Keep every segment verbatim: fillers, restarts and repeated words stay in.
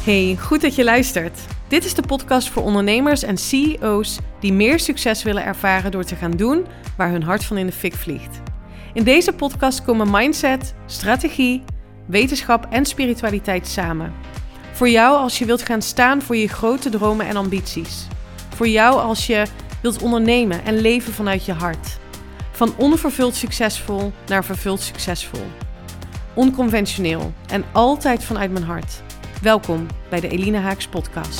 Hey, goed dat je luistert. Dit is de podcast voor ondernemers en C E O's die meer succes willen ervaren door te gaan doen waar hun hart van in de fik vliegt. In deze podcast komen mindset, strategie, wetenschap en spiritualiteit samen. Voor jou als je wilt gaan staan voor je grote dromen en ambities. Voor jou als je wilt ondernemen en leven vanuit je hart. Van onvervuld succesvol naar vervuld succesvol. Onconventioneel en altijd vanuit mijn hart. Welkom bij de Eline Haaks podcast.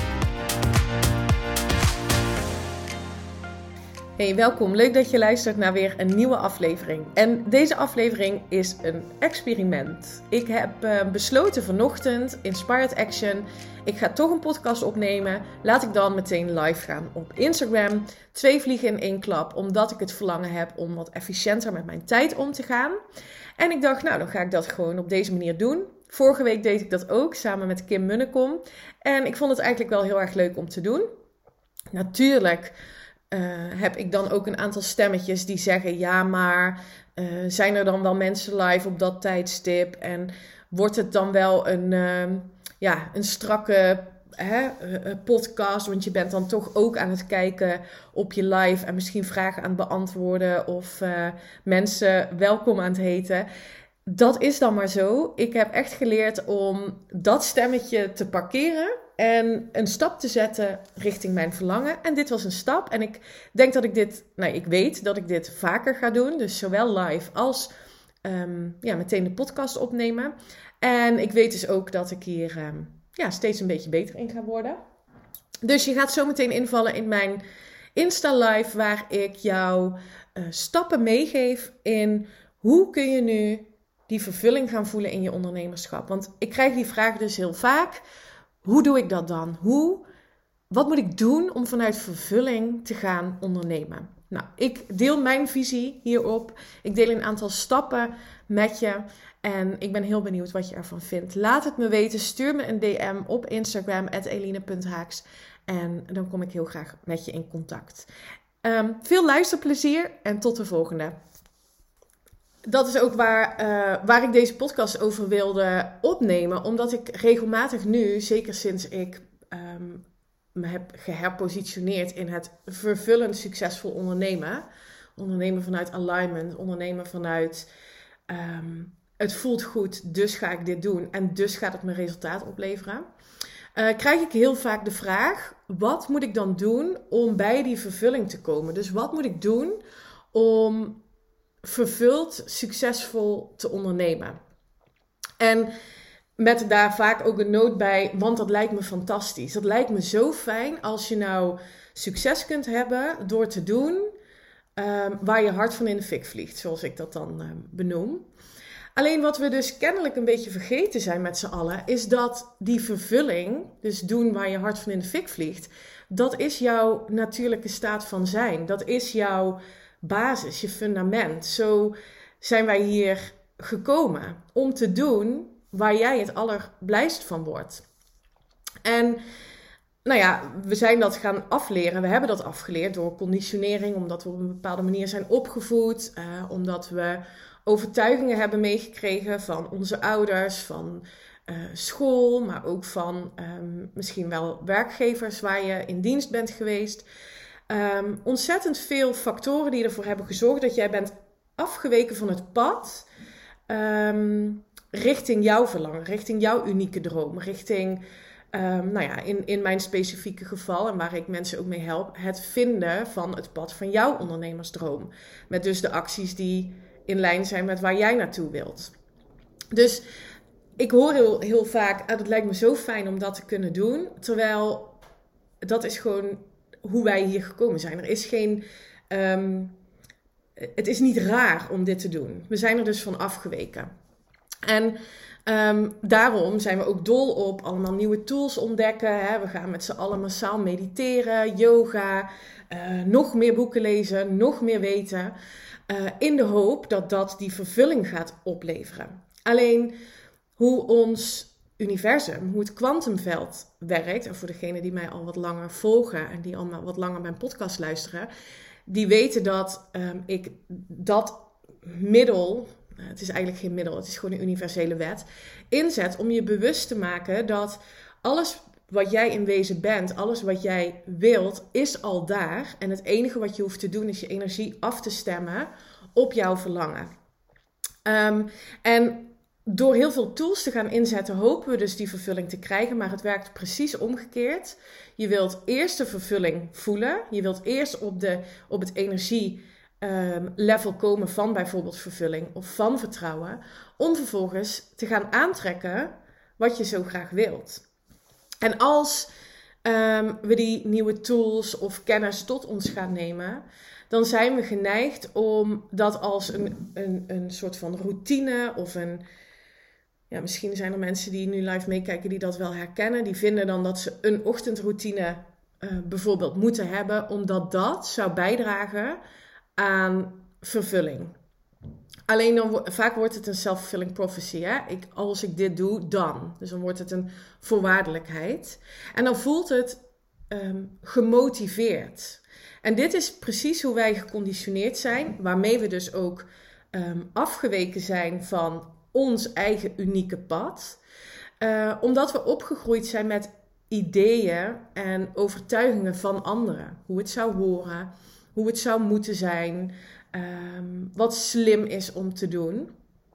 Hey, welkom. Leuk dat je luistert naar weer een nieuwe aflevering. En deze aflevering is een experiment. Ik heb uh, besloten vanochtend, Inspired Action, ik ga toch een podcast opnemen. Laat ik dan meteen live gaan op Instagram. Twee vliegen in één klap, omdat ik het verlangen heb om wat efficiënter met mijn tijd om te gaan. En ik dacht, nou dan ga ik dat gewoon op deze manier doen. Vorige week deed ik dat ook, samen met Kim Munnekom. En ik vond het eigenlijk wel heel erg leuk om te doen. Natuurlijk uh, heb ik dan ook een aantal stemmetjes die zeggen... ja, maar uh, zijn er dan wel mensen live op dat tijdstip? En wordt het dan wel een, uh, ja, een strakke hè, uh, podcast? Want je bent dan toch ook aan het kijken op je live... en misschien vragen aan het beantwoorden of uh, mensen welkom aan het heten... Dat is dan maar zo. Ik heb echt geleerd om dat stemmetje te parkeren en een stap te zetten richting mijn verlangen. En dit was een stap. En ik denk dat ik dit, nou ik weet dat ik dit vaker ga doen. Dus zowel live als um, ja, meteen de podcast opnemen. En ik weet dus ook dat ik hier um, ja, steeds een beetje beter in ga worden. Dus je gaat zo meteen invallen in mijn Insta Live waar ik jou uh, stappen meegeef in hoe kun je nu die vervulling gaan voelen in je ondernemerschap. Want ik krijg die vraag dus heel vaak. Hoe doe ik dat dan? Hoe, wat moet ik doen om vanuit vervulling te gaan ondernemen? Nou, ik deel mijn visie hierop. Ik deel een aantal stappen met je. En ik ben heel benieuwd wat je ervan vindt. Laat het me weten. Stuur me een D M op Instagram, at eline punt haaks. En dan kom ik heel graag met je in contact. Um, veel luisterplezier en tot de volgende. Dat is ook waar, uh, waar ik deze podcast over wilde opnemen. Omdat ik regelmatig nu, zeker sinds ik um, me heb geherpositioneerd in het vervullend succesvol ondernemen. Ondernemen vanuit alignment, ondernemen vanuit um, het voelt goed, dus ga ik dit doen. En dus gaat het me resultaat opleveren. Uh, krijg ik heel vaak de vraag, wat moet ik dan doen om bij die vervulling te komen? Dus wat moet ik doen om vervuld, succesvol te ondernemen. En met daar vaak ook een noot bij, want dat lijkt me fantastisch. Dat lijkt me zo fijn als je nou succes kunt hebben door te doen um, waar je hart van in de fik vliegt, zoals ik dat dan um, benoem. Alleen wat we dus kennelijk een beetje vergeten zijn met z'n allen, is dat die vervulling, dus doen waar je hart van in de fik vliegt, dat is jouw natuurlijke staat van zijn. Dat is jouw basis, je fundament. Zo zijn wij hier gekomen om te doen waar jij het allerblijst van wordt. En nou ja, we zijn dat gaan afleren. We hebben dat afgeleerd door conditionering, omdat we op een bepaalde manier zijn opgevoed, uh, omdat we overtuigingen hebben meegekregen van onze ouders, van uh, school, maar ook van um, misschien wel werkgevers waar je in dienst bent geweest. Um, ontzettend veel factoren die ervoor hebben gezorgd dat jij bent afgeweken van het pad um, richting jouw verlangen, richting jouw unieke droom, richting, um, nou ja, in, in mijn specifieke geval en waar ik mensen ook mee help, het vinden van het pad van jouw ondernemersdroom. Met dus de acties die in lijn zijn met waar jij naartoe wilt. Dus ik hoor heel, heel vaak, ah, het lijkt me zo fijn om dat te kunnen doen, terwijl dat is gewoon hoe wij hier gekomen zijn. Er is geen, um, het is niet raar om dit te doen. We zijn er dus van afgeweken. En um, daarom zijn we ook dol op allemaal nieuwe tools ontdekken. Hè. We gaan met z'n allen massaal mediteren, yoga, uh, nog meer boeken lezen, nog meer weten. Uh, in de hoop dat dat die vervulling gaat opleveren. Alleen hoe ons universum, hoe het kwantumveld werkt, en voor degenen die mij al wat langer volgen en die al wat langer mijn podcast luisteren, die weten dat um, ik dat middel, het is eigenlijk geen middel, het is gewoon een universele wet, inzet om je bewust te maken dat alles wat jij in wezen bent, alles wat jij wilt, is al daar. En het enige wat je hoeft te doen is je energie af te stemmen op jouw verlangen. Um, en door heel veel tools te gaan inzetten, hopen we dus die vervulling te krijgen. Maar het werkt precies omgekeerd. Je wilt eerst de vervulling voelen. Je wilt eerst op, de, op het energie um, level komen van bijvoorbeeld vervulling of van vertrouwen. Om vervolgens te gaan aantrekken wat je zo graag wilt. En als um, we die nieuwe tools of kennis tot ons gaan nemen, dan zijn we geneigd om dat als een, een, een soort van routine of een... Ja, misschien zijn er mensen die nu live meekijken die dat wel herkennen. Die vinden dan dat ze een ochtendroutine uh, bijvoorbeeld moeten hebben, omdat dat zou bijdragen aan vervulling. Alleen dan, vaak wordt het een self-fulfilling prophecy. Hè? Ik, als ik dit doe, dan. Dus dan wordt het een voorwaardelijkheid. En dan voelt het um, gemotiveerd. En dit is precies hoe wij geconditioneerd zijn. Waarmee we dus ook um, afgeweken zijn van ons eigen unieke pad. Uh, omdat we opgegroeid zijn met ideeën en overtuigingen van anderen. Hoe het zou horen, hoe het zou moeten zijn, um, wat slim is om te doen.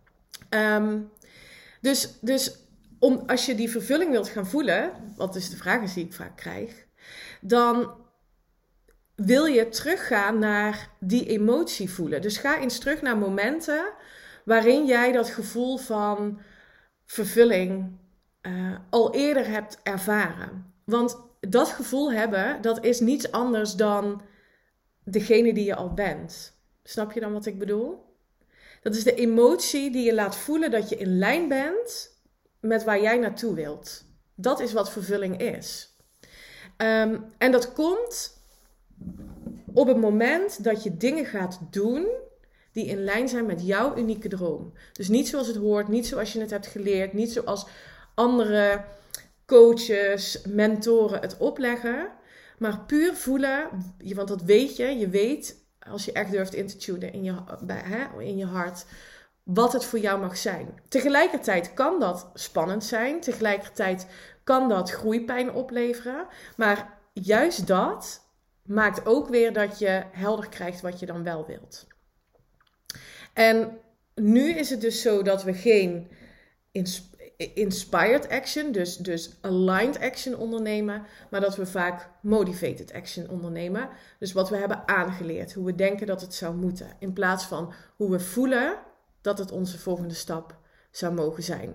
Um, dus dus om, als je die vervulling wilt gaan voelen, wat dus de vraag is die ik vaak krijg, dan wil je teruggaan naar die emotie voelen. Dus ga eens terug naar momenten waarin jij dat gevoel van vervulling uh, al eerder hebt ervaren. Want dat gevoel hebben, dat is niets anders dan degene die je al bent. Snap je dan wat ik bedoel? Dat is de emotie die je laat voelen dat je in lijn bent met waar jij naartoe wilt. Dat is wat vervulling is. Um, en dat komt op het moment dat je dingen gaat doen die in lijn zijn met jouw unieke droom. Dus niet zoals het hoort, niet zoals je het hebt geleerd, niet zoals andere coaches, mentoren het opleggen, maar puur voelen, want dat weet je, je weet als je echt durft in te tunen in je, hè, in je hart, wat het voor jou mag zijn. Tegelijkertijd kan dat spannend zijn, tegelijkertijd kan dat groeipijn opleveren, maar juist dat maakt ook weer dat je helder krijgt wat je dan wel wilt. En nu is het dus zo dat we geen inspired action, dus, dus aligned action ondernemen, maar dat we vaak motivated action ondernemen. Dus wat we hebben aangeleerd, hoe we denken dat het zou moeten, in plaats van hoe we voelen dat het onze volgende stap zou mogen zijn.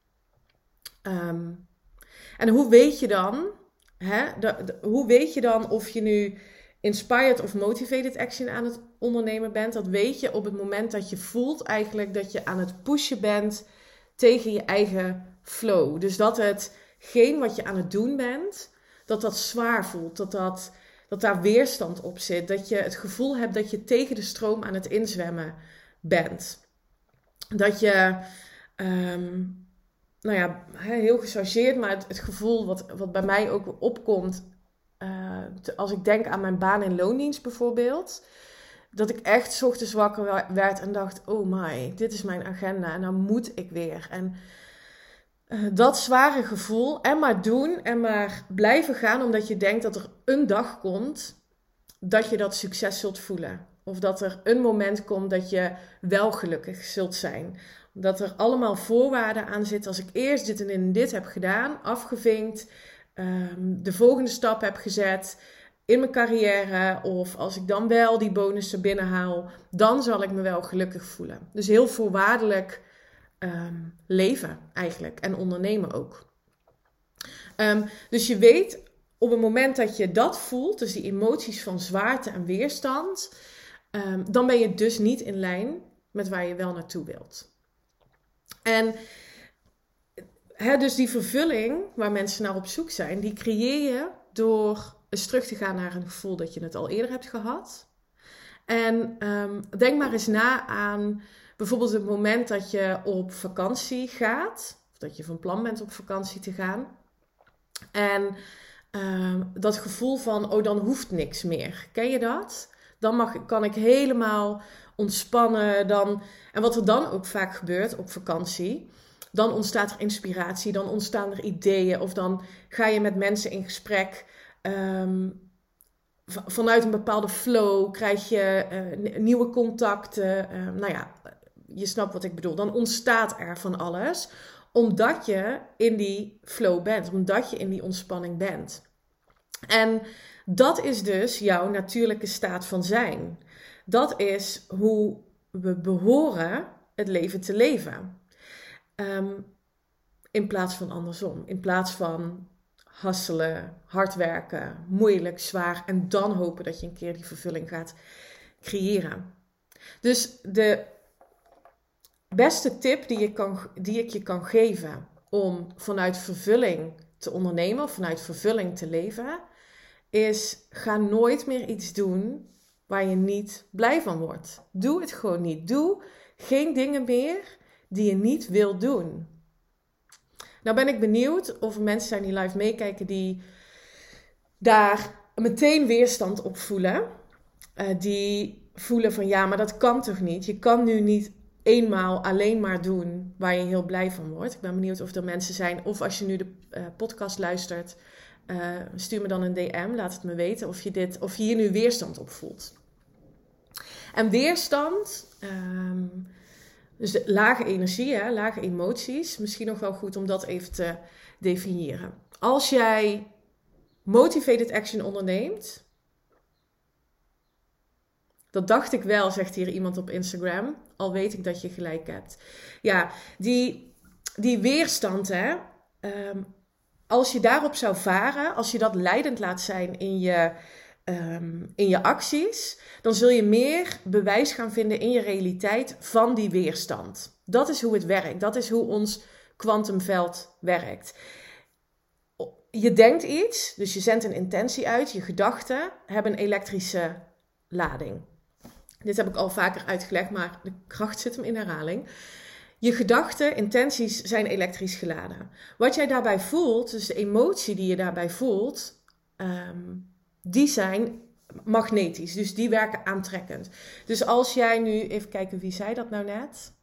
Um, en hoe weet je dan, hè, de, de, hoe weet je dan of je nu inspired of motivated action aan het ondernemen bent? Dat weet je op het moment dat je voelt eigenlijk dat je aan het pushen bent tegen je eigen flow. Dus dat hetgeen wat je aan het doen bent, dat dat zwaar voelt, dat, dat, dat daar weerstand op zit. Dat je het gevoel hebt dat je tegen de stroom aan het inzwemmen bent. Dat je, um, nou ja, heel gechargeerd, maar het, het gevoel wat, wat bij mij ook opkomt, Uh, als ik denk aan mijn baan in loondienst bijvoorbeeld, dat ik echt 's ochtends wakker werd en dacht, oh my, dit is mijn agenda en dan moet ik weer. En uh, dat zware gevoel, en maar doen en maar blijven gaan, omdat je denkt dat er een dag komt dat je dat succes zult voelen. Of dat er een moment komt dat je wel gelukkig zult zijn. Dat er allemaal voorwaarden aan zitten. Als ik eerst dit en dit heb gedaan, afgevinkt, Um, de volgende stap heb gezet in mijn carrière, of als ik dan wel die bonussen binnenhaal, dan zal ik me wel gelukkig voelen. Dus heel voorwaardelijk um, leven eigenlijk en ondernemen ook. Um, dus je weet op het moment dat je dat voelt, dus die emoties van zwaarte en weerstand, um, dan ben je dus niet in lijn met waar je wel naartoe wilt. En He, dus die vervulling waar mensen naar op zoek zijn, die creëer je door eens terug te gaan naar een gevoel dat je het al eerder hebt gehad. En um, denk maar eens na aan bijvoorbeeld het moment dat je op vakantie gaat, of dat je van plan bent op vakantie te gaan. En um, dat gevoel van, oh, dan hoeft niks meer. Ken je dat? Dan mag, kan ik helemaal ontspannen. Dan, en wat er dan ook vaak gebeurt op vakantie, dan ontstaat er inspiratie, dan ontstaan er ideeën of dan ga je met mensen in gesprek. Um, v- vanuit een bepaalde flow krijg je uh, n- nieuwe contacten. Uh, nou ja, je snapt wat ik bedoel. Dan ontstaat er van alles, omdat je in die flow bent, omdat je in die ontspanning bent. En dat is dus jouw natuurlijke staat van zijn. Dat is hoe we behoren het leven te leven. Um, in plaats van andersom. In plaats van hasselen, hard werken, moeilijk, zwaar en dan hopen dat je een keer die vervulling gaat creëren. Dus de beste tip die, je kan, die ik je kan geven om vanuit vervulling te ondernemen of vanuit vervulling te leven, is ga nooit meer iets doen waar je niet blij van wordt. Doe het gewoon niet. Doe geen dingen meer die je niet wil doen. Nou ben ik benieuwd of er mensen zijn die live meekijken die daar meteen weerstand op voelen. Uh, die voelen van ja, maar dat kan toch niet? Je kan nu niet eenmaal alleen maar doen waar je heel blij van wordt. Ik ben benieuwd of er mensen zijn, of als je nu de uh, podcast luistert, uh, stuur me dan een D M. Laat het me weten of je, dit, of je hier nu weerstand op voelt. En weerstand, um, dus de lage energie, hè, lage emoties, misschien nog wel goed om dat even te definiëren. Als jij motivated action onderneemt, dat dacht ik wel, zegt hier iemand op Instagram, al weet ik dat je gelijk hebt. Ja, die, die weerstand, hè, um, als je daarop zou varen, als je dat leidend laat zijn in je, um, in je acties, dan zul je meer bewijs gaan vinden in je realiteit van die weerstand. Dat is hoe het werkt. Dat is hoe ons kwantumveld werkt. Je denkt iets, dus je zendt een intentie uit. Je gedachten hebben een elektrische lading. Dit heb ik al vaker uitgelegd, maar de kracht zit hem in herhaling. Je gedachten, intenties zijn elektrisch geladen. Wat jij daarbij voelt, dus de emotie die je daarbij voelt, um, die zijn magnetisch. Dus die werken aantrekkend. Dus als jij nu, even kijken wie zei dat nou net.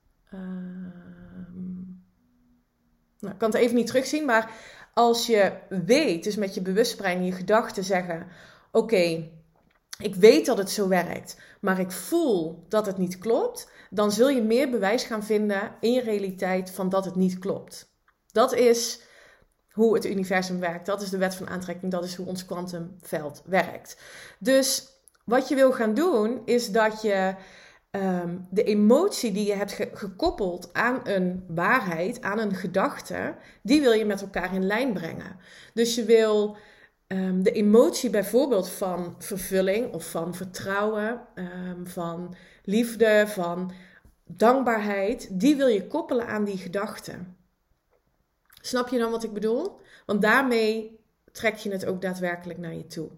Um, nou, ik kan het even niet terugzien, maar als je weet, dus met je bewustbrein en je gedachten zeggen, oké, okay, ik weet dat het zo werkt, maar ik voel dat het niet klopt, dan zul je meer bewijs gaan vinden in je realiteit van dat het niet klopt. Dat is hoe het universum werkt. Dat is de wet van aantrekking. Dat is hoe ons kwantumveld werkt. Dus wat je wil gaan doen, is dat je um, de emotie die je hebt ge- gekoppeld aan een waarheid, aan een gedachte, die wil je met elkaar in lijn brengen. Dus je wil um, de emotie bijvoorbeeld van vervulling of van vertrouwen, um, van liefde, van dankbaarheid, die wil je koppelen aan die gedachte. Snap je dan wat ik bedoel? Want daarmee trek je het ook daadwerkelijk naar je toe.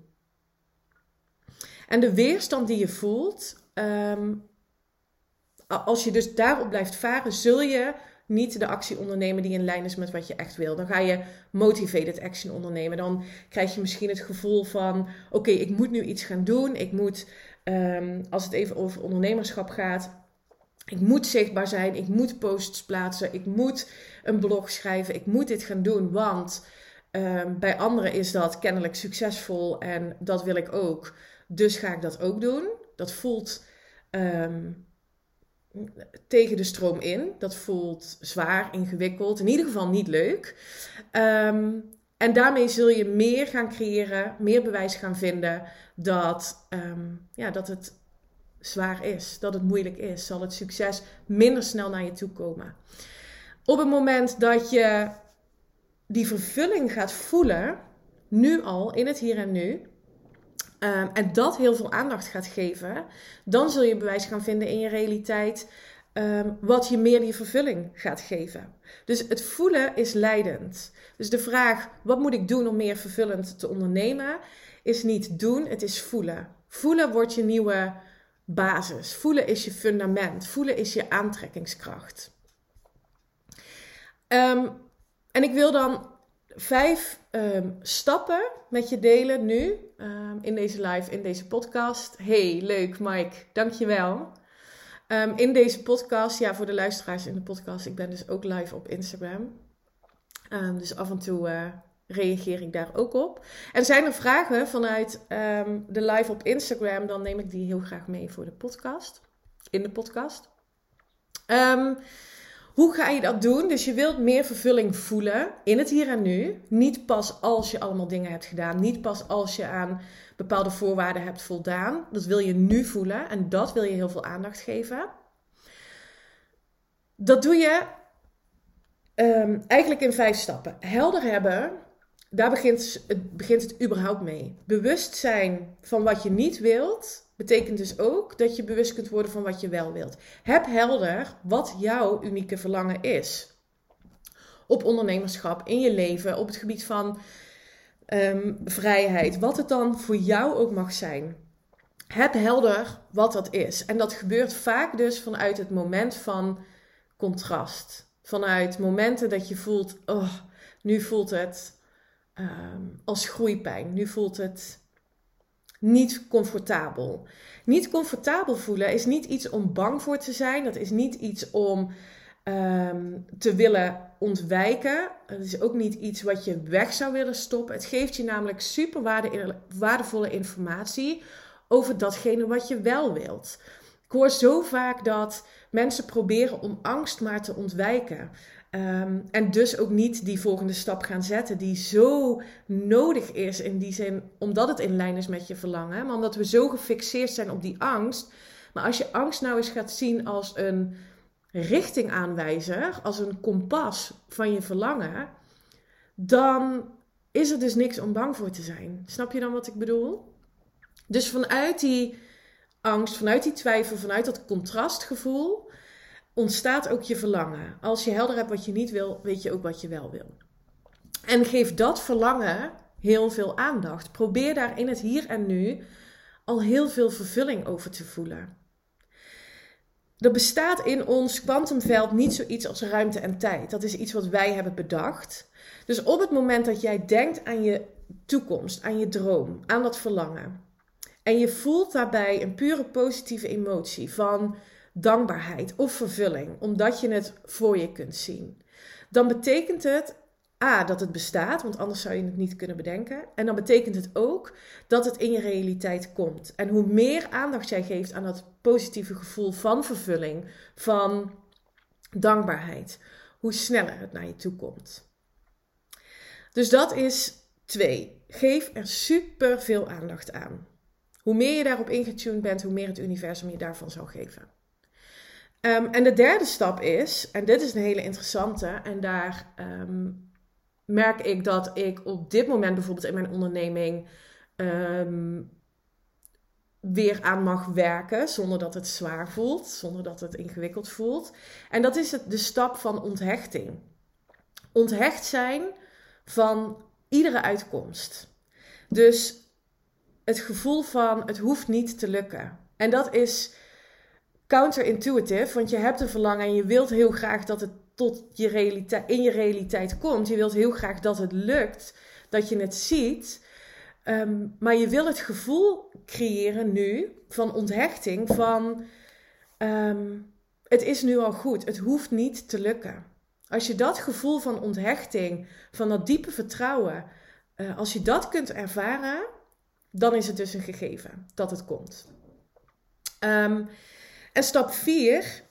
En de weerstand die je voelt, um, als je dus daarop blijft varen, zul je niet de actie ondernemen die in lijn is met wat je echt wil. Dan ga je motivated action ondernemen. Dan krijg je misschien het gevoel van, oké, okay, ik moet nu iets gaan doen. Ik moet, um, als het even over ondernemerschap gaat, ik moet zichtbaar zijn, ik moet posts plaatsen, ik moet een blog schrijven, ik moet dit gaan doen, want um, bij anderen is dat kennelijk succesvol en dat wil ik ook. Dus ga ik dat ook doen. Dat voelt um, tegen de stroom in, dat voelt zwaar, ingewikkeld, in ieder geval niet leuk. Um, en daarmee zul je meer gaan creëren, meer bewijs gaan vinden dat, um, ja, dat het zwaar is, dat het moeilijk is, zal het succes minder snel naar je toe komen. Op het moment dat je die vervulling gaat voelen, nu al, in het hier en nu, um, en dat heel veel aandacht gaat geven, dan zul je bewijs gaan vinden in je realiteit um, wat je meer die vervulling gaat geven. Dus het voelen is leidend. Dus de vraag, wat moet ik doen om meer vervullend te ondernemen, is niet doen, het is voelen. Voelen wordt je nieuwe basis. Voelen is je fundament. Voelen is je aantrekkingskracht. Um, en ik wil dan vijf um, stappen met je delen nu um, in deze live, in deze podcast. Hey, leuk Mike, dankjewel. Um, in deze podcast, ja, voor de luisteraars in de podcast, ik ben dus ook live op Instagram. Um, dus af en toe uh, reageer ik daar ook op. En zijn er vragen vanuit um, de live op Instagram, dan neem ik die heel graag mee voor de podcast. In de podcast. Um, hoe ga je dat doen? Dus je wilt meer vervulling voelen in het hier en nu. Niet pas als je allemaal dingen hebt gedaan. Niet pas als je aan bepaalde voorwaarden hebt voldaan. Dat wil je nu voelen en dat wil je heel veel aandacht geven. Dat doe je um, eigenlijk in vijf stappen. Helder hebben, daar begint het, begint het überhaupt mee. Bewust zijn van wat je niet wilt, betekent dus ook dat je bewust kunt worden van wat je wel wilt. Heb helder wat jouw unieke verlangen is. Op ondernemerschap, in je leven, op het gebied van um, vrijheid. Wat het dan voor jou ook mag zijn. Heb helder wat dat is. En dat gebeurt vaak dus vanuit het moment van contrast. Vanuit momenten dat je voelt, oh, nu voelt het um, als groeipijn. Nu voelt het niet comfortabel. Niet comfortabel voelen is niet iets om bang voor te zijn. Dat is niet iets om um, te willen ontwijken. Het is ook niet iets wat je weg zou willen stoppen. Het geeft je namelijk super waarde, waardevolle informatie over datgene wat je wel wilt. Ik hoor zo vaak dat mensen proberen om angst maar te ontwijken. Um, en dus ook niet die volgende stap gaan zetten die zo nodig is in die zin, omdat het in lijn is met je verlangen. Maar omdat we zo gefixeerd zijn op die angst. Maar als je angst nou eens gaat zien als een richtingaanwijzer, als een kompas van je verlangen, dan is er dus niks om bang voor te zijn. Snap je dan wat ik bedoel? Dus vanuit die angst, vanuit die twijfel, vanuit dat contrastgevoel ontstaat ook je verlangen. Als je helder hebt wat je niet wil, weet je ook wat je wel wil. En geef dat verlangen heel veel aandacht. Probeer daar in het hier en nu al heel veel vervulling over te voelen. Er bestaat in ons kwantumveld niet zoiets als ruimte en tijd. Dat is iets wat wij hebben bedacht. Dus op het moment dat jij denkt aan je toekomst, aan je droom, aan dat verlangen, en je voelt daarbij een pure positieve emotie van dankbaarheid of vervulling, omdat je het voor je kunt zien, dan betekent het A, dat het bestaat, want anders zou je het niet kunnen bedenken. En dan betekent het ook dat het in je realiteit komt. En hoe meer aandacht jij geeft aan dat positieve gevoel van vervulling, van dankbaarheid, hoe sneller het naar je toe komt. Dus dat is twee. Geef er super veel aandacht aan. Hoe meer je daarop ingetuned bent, hoe meer het universum je daarvan zal geven. Um, en de derde stap is, en dit is een hele interessante, en daar um, merk ik dat ik op dit moment bijvoorbeeld in mijn onderneming um, weer aan mag werken, zonder dat het zwaar voelt, zonder dat het ingewikkeld voelt. En dat is het, de stap van onthechting. Onthecht zijn van iedere uitkomst. Dus het gevoel van het hoeft niet te lukken. En dat is counterintuitive, want je hebt een verlangen en je wilt heel graag dat het tot je realiteit, in je realiteit komt. Je wilt heel graag dat het lukt, dat je het ziet. Um, maar je wil het gevoel creëren nu van onthechting, van um, het is nu al goed, het hoeft niet te lukken. Als je dat gevoel van onthechting, van dat diepe vertrouwen, uh, als je dat kunt ervaren, dan is het dus een gegeven dat het komt. Um, en stap vier,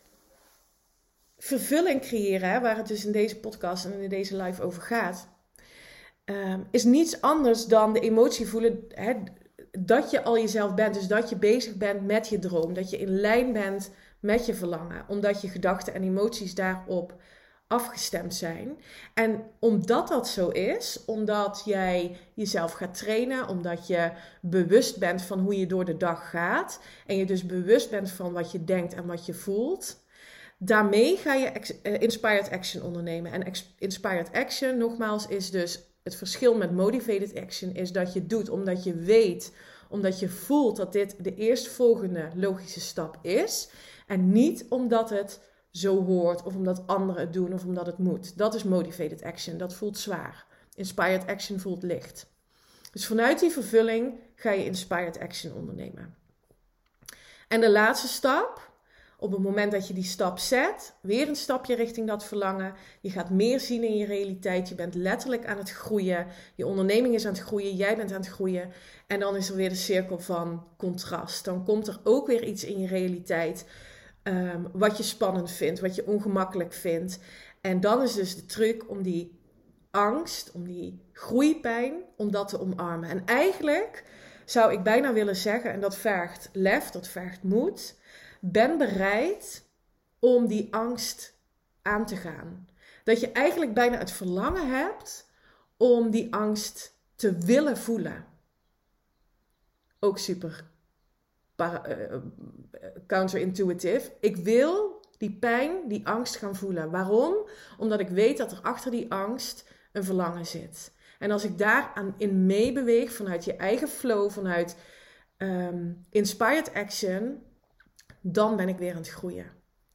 vervulling creëren, waar het dus in deze podcast en in deze live over gaat, um, is niets anders dan de emotie voelen, hè, dat je al jezelf bent. Dus dat je bezig bent met je droom, dat je in lijn bent met je verlangen, omdat je gedachten en emoties daarop afgestemd zijn. En omdat dat zo is, omdat jij jezelf gaat trainen, omdat je bewust bent van hoe je door de dag gaat en je dus bewust bent van wat je denkt en wat je voelt, daarmee ga je ex- uh, inspired action ondernemen. En ex- inspired action, nogmaals, is dus het verschil met motivated action, is dat je het doet omdat je weet, omdat je voelt dat dit de eerstvolgende logische stap is en niet omdat het zo hoort, of omdat anderen het doen, of omdat het moet. Dat is motivated action. Dat voelt zwaar. Inspired action voelt licht. Dus vanuit die vervulling ga je inspired action ondernemen. En de laatste stap, Op het moment dat je die stap zet, weer een stapje richting dat verlangen. Je gaat meer zien in je realiteit. Je bent letterlijk aan het groeien. Je onderneming is aan het groeien. Jij bent aan het groeien. En dan is er weer de cirkel van contrast. Dan komt er ook weer iets in je realiteit um, wat je spannend vindt, wat je ongemakkelijk vindt. En dan is dus de truc om die angst, om die groeipijn, om dat te omarmen. En eigenlijk zou ik bijna willen zeggen, en dat vergt lef, dat vergt moed. Ben bereid om die angst aan te gaan. Dat je eigenlijk bijna het verlangen hebt om die angst te willen voelen. Ook super para, uh, counterintuitive. Ik wil die pijn, die angst gaan voelen. Waarom? Omdat ik weet dat er achter die angst een verlangen zit. En als ik daar aan in meebeweeg vanuit je eigen flow, vanuit um, inspired action, dan ben ik weer aan het groeien.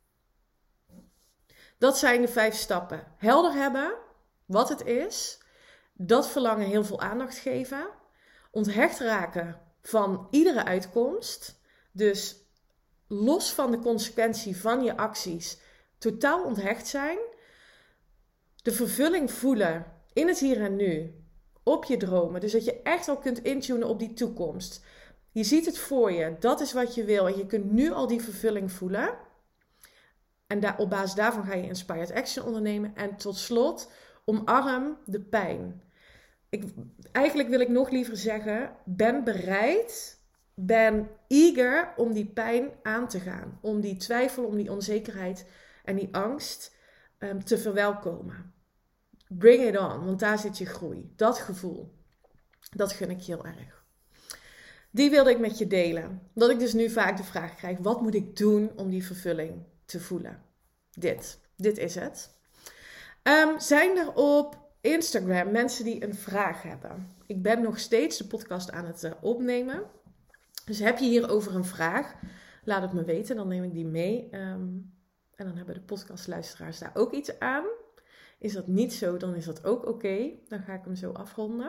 Dat zijn de vijf stappen. Helder hebben wat het is. Dat verlangen heel veel aandacht geven. Onthecht raken van iedere uitkomst. Dus los van de consequentie van je acties totaal onthecht zijn. De vervulling voelen in het hier en nu. Op je dromen. Dus dat je echt al kunt intunen op die toekomst. Je ziet het voor je. Dat is wat je wil. En je kunt nu al die vervulling voelen. En daar, op basis daarvan ga je inspired action ondernemen. En tot slot, omarm de pijn. Ik, eigenlijk wil ik nog liever zeggen, ben bereid, ben eager om die pijn aan te gaan. Om die twijfel, om die onzekerheid en die angst um, te verwelkomen. Bring it on, want daar zit je groei. Dat gevoel, dat gun ik je heel erg. Die wilde ik met je delen. Dat ik dus nu vaak de vraag krijg, wat moet ik doen om die vervulling te voelen? Dit, dit is het. Um, zijn er op Instagram mensen die een vraag hebben? Ik ben nog steeds de podcast aan het uh, opnemen. Dus heb je hierover een vraag? Laat het me weten, dan neem ik die mee. Um, en dan hebben de podcastluisteraars daar ook iets aan. Is dat niet zo, dan is dat ook oké. Okay. Dan ga ik hem zo afronden.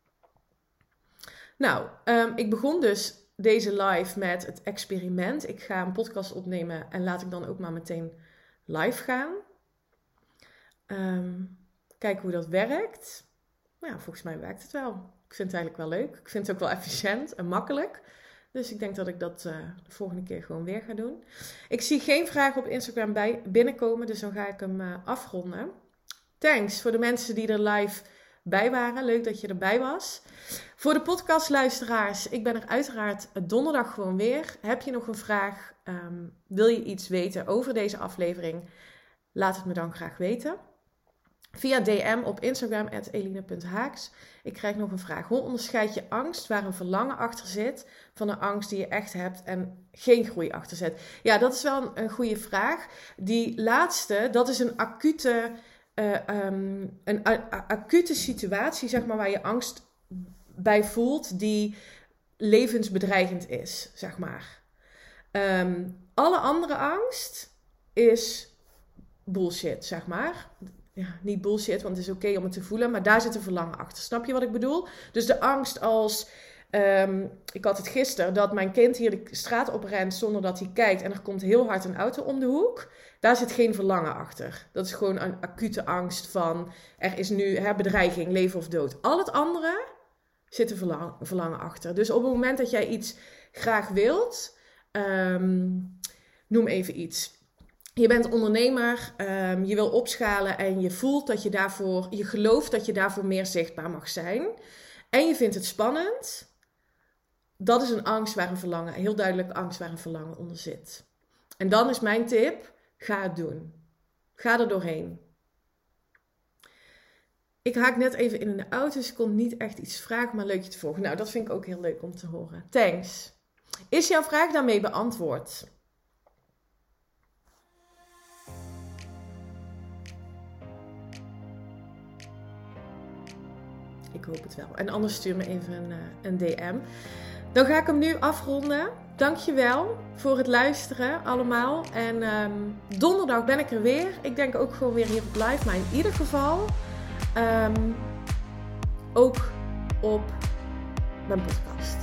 Nou, um, ik begon dus deze live met het experiment. Ik ga een podcast opnemen en laat ik dan ook maar meteen live gaan. Um, kijken hoe dat werkt. Nou, ja, volgens mij werkt het wel. Ik vind het eigenlijk wel leuk. Ik vind het ook wel efficiënt en makkelijk. Dus ik denk dat ik dat uh, de volgende keer gewoon weer ga doen. Ik zie geen vragen op Instagram bij binnenkomen, dus dan ga ik hem uh, afronden. Thanks voor de mensen die er live bij waren. Leuk dat je erbij was. Voor de podcastluisteraars, ik ben er uiteraard donderdag gewoon weer. Heb je nog een vraag? Um, wil je iets weten over deze aflevering? Laat het me dan graag weten. Via D M op Instagram at eline punt haaks. Ik krijg nog een vraag. Hoe onderscheid je angst waar een verlangen achter zit van een angst die je echt hebt en geen groei achter zit? Ja, dat is wel een, een goede vraag. Die laatste, dat is een acute, uh, um, een a- acute situatie, zeg maar, waar je angst bij voelt die levensbedreigend is, zeg maar. Um, alle andere angst is bullshit, zeg maar. Ja, niet bullshit, want het is oké okay om het te voelen, maar daar zit een verlangen achter. Snap je wat ik bedoel? Dus de angst als, um, ik had het gisteren, dat mijn kind hier de straat op rent zonder dat hij kijkt en er komt heel hard een auto om de hoek. Daar zit geen verlangen achter. Dat is gewoon een acute angst van, er is nu hè, bedreiging, leven of dood. Al het andere zit een verlang, verlangen achter. Dus op het moment dat jij iets graag wilt, um, noem even iets. Je bent ondernemer, um, je wil opschalen en je voelt dat je daarvoor, je gelooft dat je daarvoor meer zichtbaar mag zijn. En je vindt het spannend. Dat is een angst waar een verlangen, heel duidelijk angst waar een verlangen onder zit. En dan is mijn tip, ga het doen. Ga er doorheen. Ik haak net even in de auto, dus ik kon niet echt iets vragen, maar leuk je te volgen. Nou, dat vind ik ook heel leuk om te horen. Thanks. Is jouw vraag daarmee beantwoord? Ik hoop het wel. En anders stuur me even een, een D M. Dan ga ik hem nu afronden. Dankjewel voor het luisteren allemaal. En um, donderdag ben ik er weer. Ik denk ook gewoon weer hier op live. Maar in ieder geval um, ook op mijn podcast.